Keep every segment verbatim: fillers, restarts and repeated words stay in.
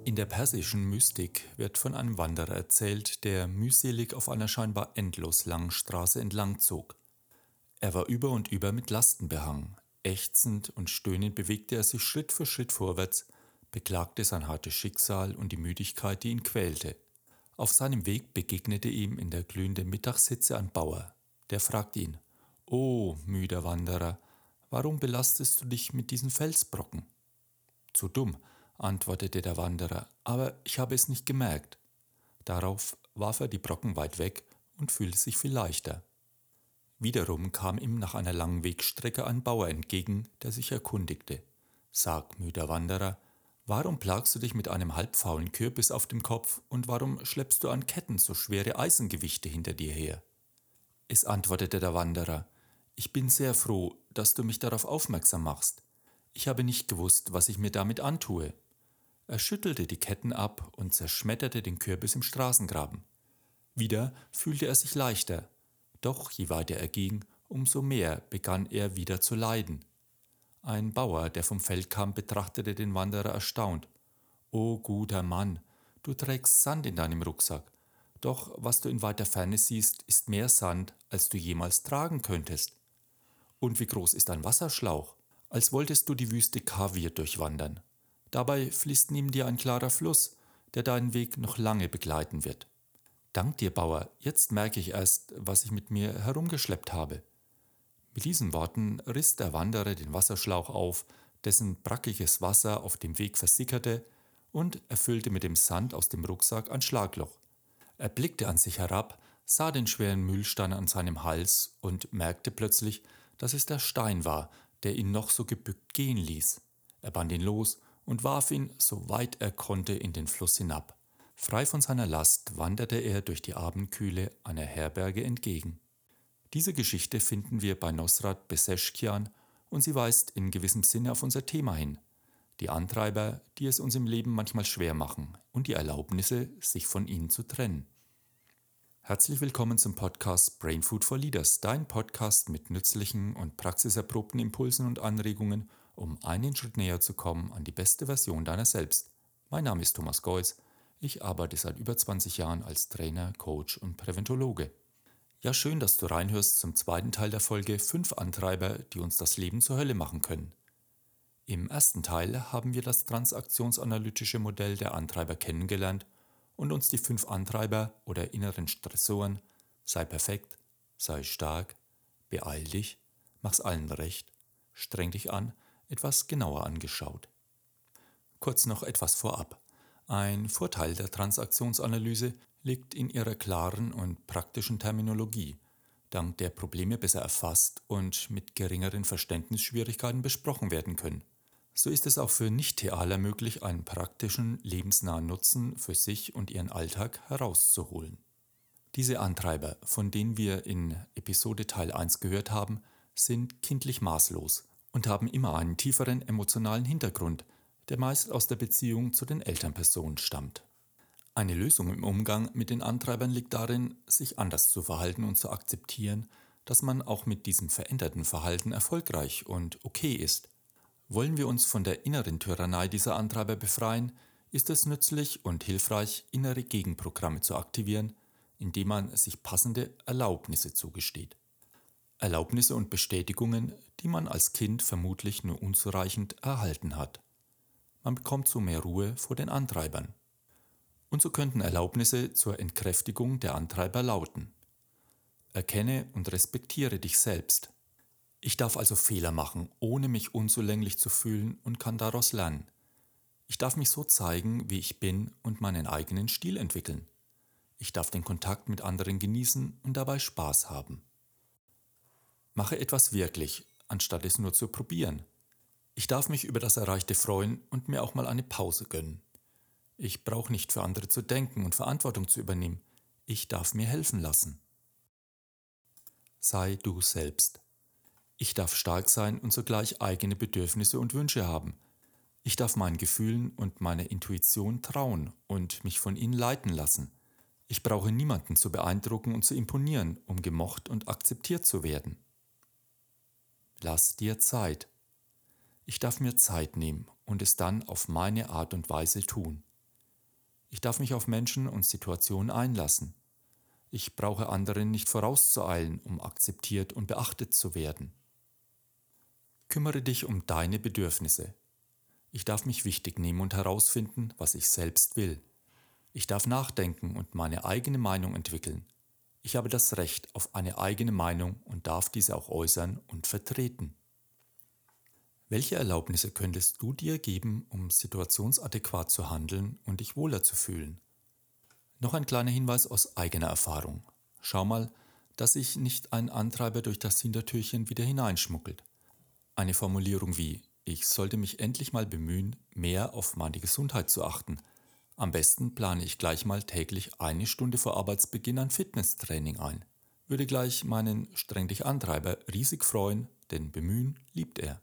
In der persischen Mystik wird von einem Wanderer erzählt, der mühselig auf einer scheinbar endlos langen Straße entlang zog. Er war über und über mit Lasten behangen. Ächzend und stöhnend bewegte er sich Schritt für Schritt vorwärts, beklagte sein hartes Schicksal und die Müdigkeit, die ihn quälte. Auf seinem Weg begegnete ihm in der glühenden Mittagshitze ein Bauer. Der fragte ihn: »O, müder Wanderer, warum belastest du dich mit diesen Felsbrocken?« »Zu dumm«, antwortete der Wanderer, »aber ich habe es nicht gemerkt.« Darauf warf er die Brocken weit weg und fühlte sich viel leichter. Wiederum kam ihm nach einer langen Wegstrecke ein Bauer entgegen, der sich erkundigte: »Sag, müder Wanderer, warum plagst du dich mit einem halbfaulen Kürbis auf dem Kopf und warum schleppst du an Ketten so schwere Eisengewichte hinter dir her?« Es antwortete der Wanderer: »Ich bin sehr froh, dass du mich darauf aufmerksam machst. Ich habe nicht gewusst, was ich mir damit antue.« Er schüttelte die Ketten ab und zerschmetterte den Kürbis im Straßengraben. Wieder fühlte er sich leichter, doch je weiter er ging, umso mehr begann er wieder zu leiden. Ein Bauer, der vom Feld kam, betrachtete den Wanderer erstaunt. »O guter Mann, du trägst Sand in deinem Rucksack, doch was du in weiter Ferne siehst, ist mehr Sand, als du jemals tragen könntest. Und wie groß ist dein Wasserschlauch? Als wolltest du die Wüste Kavir durchwandern. Dabei fließt neben dir ein klarer Fluss, der deinen Weg noch lange begleiten wird. Dank dir, Bauer, jetzt merke ich erst, was ich mit mir herumgeschleppt habe.« Mit diesen Worten riss der Wanderer den Wasserschlauch auf, dessen brackiges Wasser auf dem Weg versickerte, und erfüllte mit dem Sand aus dem Rucksack ein Schlagloch. Er blickte an sich herab, sah den schweren Mühlstein an seinem Hals und merkte plötzlich, dass es der Stein war, der ihn noch so gebückt gehen ließ. Er band ihn los und warf ihn, so weit er konnte, in den Fluss hinab. Frei von seiner Last wanderte er durch die Abendkühle einer Herberge entgegen. Diese Geschichte finden wir bei Nosrat Beseschkian und sie weist in gewissem Sinne auf unser Thema hin: die Antreiber, die es uns im Leben manchmal schwer machen, und die Erlaubnisse, sich von ihnen zu trennen. Herzlich willkommen zum Podcast Brain Food for Leaders, dein Podcast mit nützlichen und praxiserprobten Impulsen und Anregungen, um einen Schritt näher zu kommen an die beste Version deiner selbst. Mein Name ist Thomas Geuss, ich arbeite seit über zwanzig Jahren als Trainer, Coach und Präventologe. Ja, schön, dass du reinhörst zum zweiten Teil der Folge fünf Antreiber, die uns das Leben zur Hölle machen können. Im ersten Teil haben wir das transaktionsanalytische Modell der Antreiber kennengelernt und uns die fünf Antreiber oder inneren Stressoren: sei perfekt, sei stark, beeil dich, mach's allen recht, streng dich an, etwas genauer angeschaut. Kurz noch etwas vorab. Ein Vorteil der Transaktionsanalyse liegt in ihrer klaren und praktischen Terminologie, dank der Probleme besser erfasst und mit geringeren Verständnisschwierigkeiten besprochen werden können. So ist es auch für Nicht-TAler möglich, einen praktischen, lebensnahen Nutzen für sich und ihren Alltag herauszuholen. Diese Antreiber, von denen wir in Episode Teil eins gehört haben, sind kindlich maßlos und haben immer einen tieferen emotionalen Hintergrund, der meist aus der Beziehung zu den Elternpersonen stammt. Eine Lösung im Umgang mit den Antreibern liegt darin, sich anders zu verhalten und zu akzeptieren, dass man auch mit diesem veränderten Verhalten erfolgreich und okay ist. Wollen wir uns von der inneren Tyrannei dieser Antreiber befreien, ist es nützlich und hilfreich, innere Gegenprogramme zu aktivieren, indem man sich passende Erlaubnisse zugesteht. Erlaubnisse und Bestätigungen, die man als Kind vermutlich nur unzureichend erhalten hat. Man bekommt so mehr Ruhe vor den Antreibern. Und so könnten Erlaubnisse zur Entkräftigung der Antreiber lauten: Erkenne und respektiere dich selbst. Ich darf also Fehler machen, ohne mich unzulänglich zu fühlen, und kann daraus lernen. Ich darf mich so zeigen, wie ich bin, und meinen eigenen Stil entwickeln. Ich darf den Kontakt mit anderen genießen und dabei Spaß haben. Mache etwas wirklich, anstatt es nur zu probieren. Ich darf mich über das Erreichte freuen und mir auch mal eine Pause gönnen. Ich brauche nicht für andere zu denken und Verantwortung zu übernehmen. Ich darf mir helfen lassen. Sei du selbst. Ich darf stark sein und zugleich eigene Bedürfnisse und Wünsche haben. Ich darf meinen Gefühlen und meiner Intuition trauen und mich von ihnen leiten lassen. Ich brauche niemanden zu beeindrucken und zu imponieren, um gemocht und akzeptiert zu werden. Lass dir Zeit. Ich darf mir Zeit nehmen und es dann auf meine Art und Weise tun. Ich darf mich auf Menschen und Situationen einlassen. Ich brauche anderen nicht vorauszueilen, um akzeptiert und beachtet zu werden. Kümmere dich um deine Bedürfnisse. Ich darf mich wichtig nehmen und herausfinden, was ich selbst will. Ich darf nachdenken und meine eigene Meinung entwickeln. Ich habe das Recht auf eine eigene Meinung und darf diese auch äußern und vertreten. Welche Erlaubnisse könntest du dir geben, um situationsadäquat zu handeln und dich wohler zu fühlen? Noch ein kleiner Hinweis aus eigener Erfahrung. Schau mal, dass sich nicht ein Antreiber durch das Hintertürchen wieder hineinschmuggelt. Eine Formulierung wie „Ich sollte mich endlich mal bemühen, mehr auf meine Gesundheit zu achten. Am besten plane ich gleich mal täglich eine Stunde vor Arbeitsbeginn ein Fitnesstraining ein“, würde gleich meinen streng dich Antreiber riesig freuen, denn bemühen liebt er.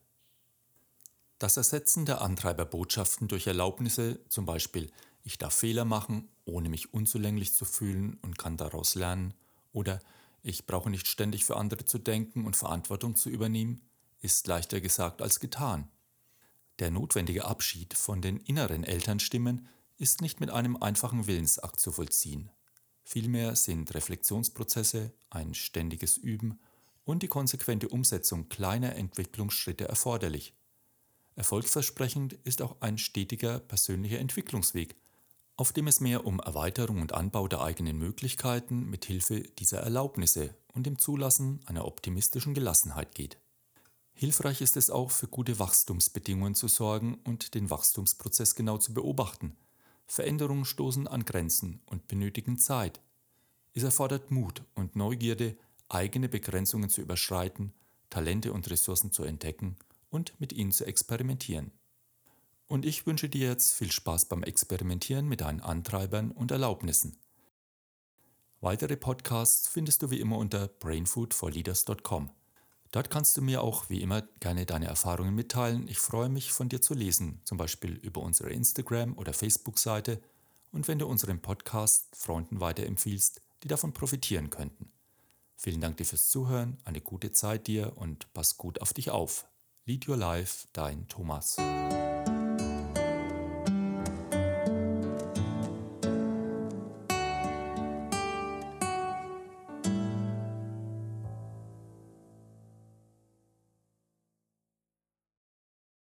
Das Ersetzen der Antreiberbotschaften durch Erlaubnisse, zum Beispiel „Ich darf Fehler machen, ohne mich unzulänglich zu fühlen und kann daraus lernen“ oder „Ich brauche nicht ständig für andere zu denken und Verantwortung zu übernehmen“, ist leichter gesagt als getan. Der notwendige Abschied von den inneren Elternstimmen ist nicht mit einem einfachen Willensakt zu vollziehen. Vielmehr sind Reflexionsprozesse, ein ständiges Üben und die konsequente Umsetzung kleiner Entwicklungsschritte erforderlich. Erfolgsversprechend ist auch ein stetiger persönlicher Entwicklungsweg, auf dem es mehr um Erweiterung und Anbau der eigenen Möglichkeiten mit Hilfe dieser Erlaubnisse und dem Zulassen einer optimistischen Gelassenheit geht. Hilfreich ist es auch, für gute Wachstumsbedingungen zu sorgen und den Wachstumsprozess genau zu beobachten. Veränderungen stoßen an Grenzen und benötigen Zeit. Es erfordert Mut und Neugierde, eigene Begrenzungen zu überschreiten, Talente und Ressourcen zu entdecken und mit ihnen zu experimentieren. Und ich wünsche dir jetzt viel Spaß beim Experimentieren mit deinen Antreibern und Erlaubnissen. Weitere Podcasts findest du wie immer unter brainfood for leaders punkt com. Dort kannst du mir auch wie immer gerne deine Erfahrungen mitteilen. Ich freue mich, von dir zu lesen, zum Beispiel über unsere Instagram- oder Facebook-Seite und wenn du unseren Podcast Freunden weiterempfiehlst, die davon profitieren könnten. Vielen Dank dir fürs Zuhören, eine gute Zeit dir und pass gut auf dich auf. Lead Your Life, dein Thomas.